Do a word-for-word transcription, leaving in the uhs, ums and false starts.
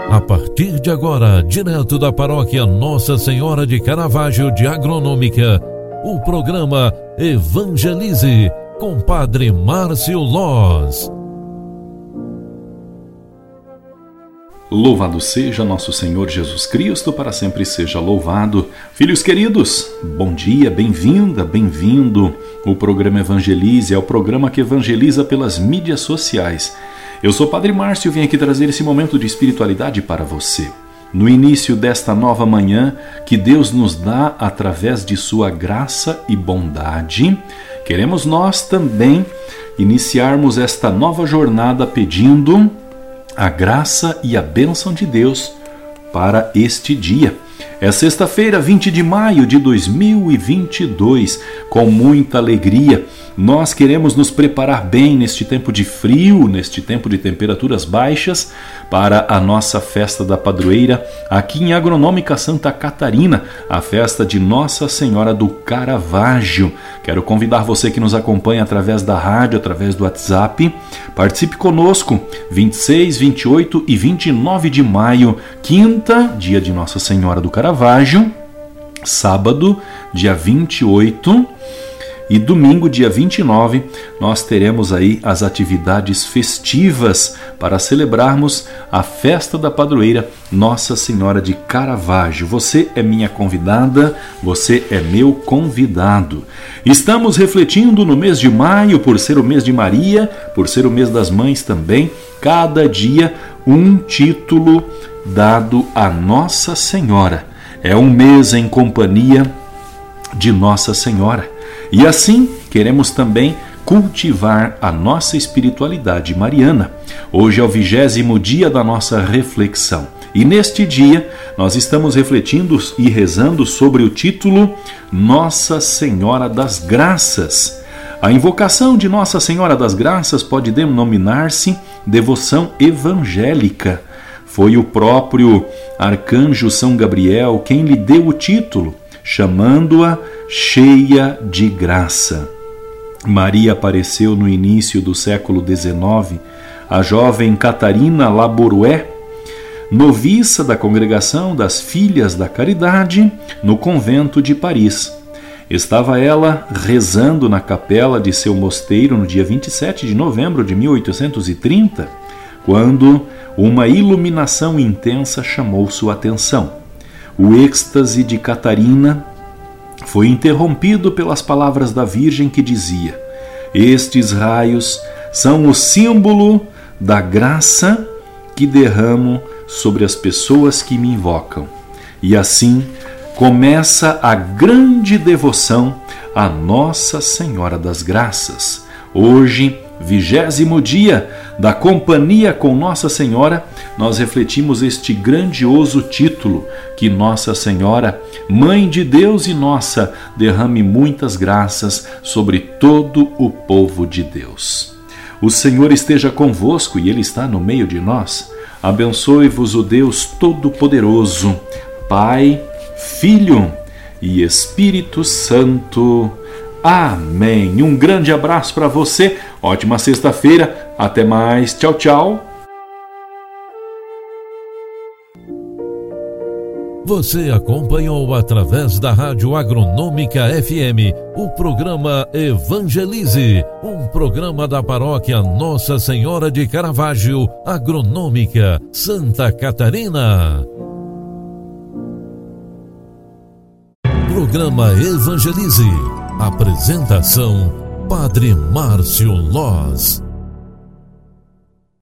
A partir de agora, direto da paróquia Nossa Senhora de Caravaggio de Agronômica, o programa Evangelize com Padre Márcio Loz. Louvado seja nosso Senhor Jesus Cristo, para sempre seja louvado. Filhos queridos, bom dia, bem-vinda, bem-vindo. O programa Evangelize é o programa que evangeliza pelas mídias sociais. Eu sou Padre Márcio e vim aqui trazer esse momento de espiritualidade para você. No início desta nova manhã que Deus nos dá através de sua graça e bondade, queremos nós também iniciarmos esta nova jornada pedindo a graça e a bênção de Deus para este dia. É sexta-feira, vinte de maio de dois mil e vinte e dois. Com muita alegria, nós queremos nos preparar bem neste tempo de frio, neste tempo de temperaturas baixas, para a nossa festa da padroeira aqui em Agronômica Santa Catarina, a festa de Nossa Senhora do Caravaggio. Quero convidar você que nos acompanha através da rádio, através do WhatsApp. Participe conosco, vinte e seis, vinte e oito e vinte e nove de maio, quinta, dia de Nossa Senhora do Caravaggio, sábado, dia vinte e oito, e domingo, dia vinte e nove, nós teremos aí as atividades festivas para celebrarmos a festa da padroeira Nossa Senhora de Caravaggio. Você é minha convidada, você é meu convidado. Estamos refletindo no mês de maio, por ser o mês de Maria, por ser o mês das mães também, cada dia um título dado a Nossa Senhora. É um mês em companhia de Nossa Senhora. E assim, queremos também cultivar a nossa espiritualidade mariana. Hoje é o vigésimo dia da nossa reflexão. E neste dia, nós estamos refletindo e rezando sobre o título Nossa Senhora das Graças. A invocação de Nossa Senhora das Graças pode denominar-se devoção evangélica. Foi o próprio arcanjo São Gabriel quem lhe deu o título, chamando-a cheia de graça. Maria apareceu no início do século dezenove, a jovem Catarina Labouré, noviça da Congregação das Filhas da Caridade, no convento de Paris. Estava ela rezando na capela de seu mosteiro no dia vinte e sete de novembro de mil oitocentos e trinta, quando uma iluminação intensa chamou sua atenção. O êxtase de Catarina foi interrompido pelas palavras da Virgem que dizia: estes raios são o símbolo da graça que derramo sobre as pessoas que me invocam. E assim começa a grande devoção a Nossa Senhora das Graças. Hoje, vigésimo dia da companhia com Nossa Senhora, nós refletimos este grandioso título: que Nossa Senhora, Mãe de Deus e nossa, derrame muitas graças sobre todo o povo de Deus. O Senhor esteja convosco e Ele está no meio de nós. Abençoe-vos o Deus Todo-Poderoso, Pai, Filho e Espírito Santo. Amém. Um grande abraço para você. Ótima sexta-feira. Até mais. Tchau, tchau. Você acompanhou através da Rádio Agronômica F M o programa Evangelize, um programa da paróquia Nossa Senhora de Caravaggio, Agronômica, Santa Catarina. Programa Evangelize. Apresentação: Padre Márcio Loz.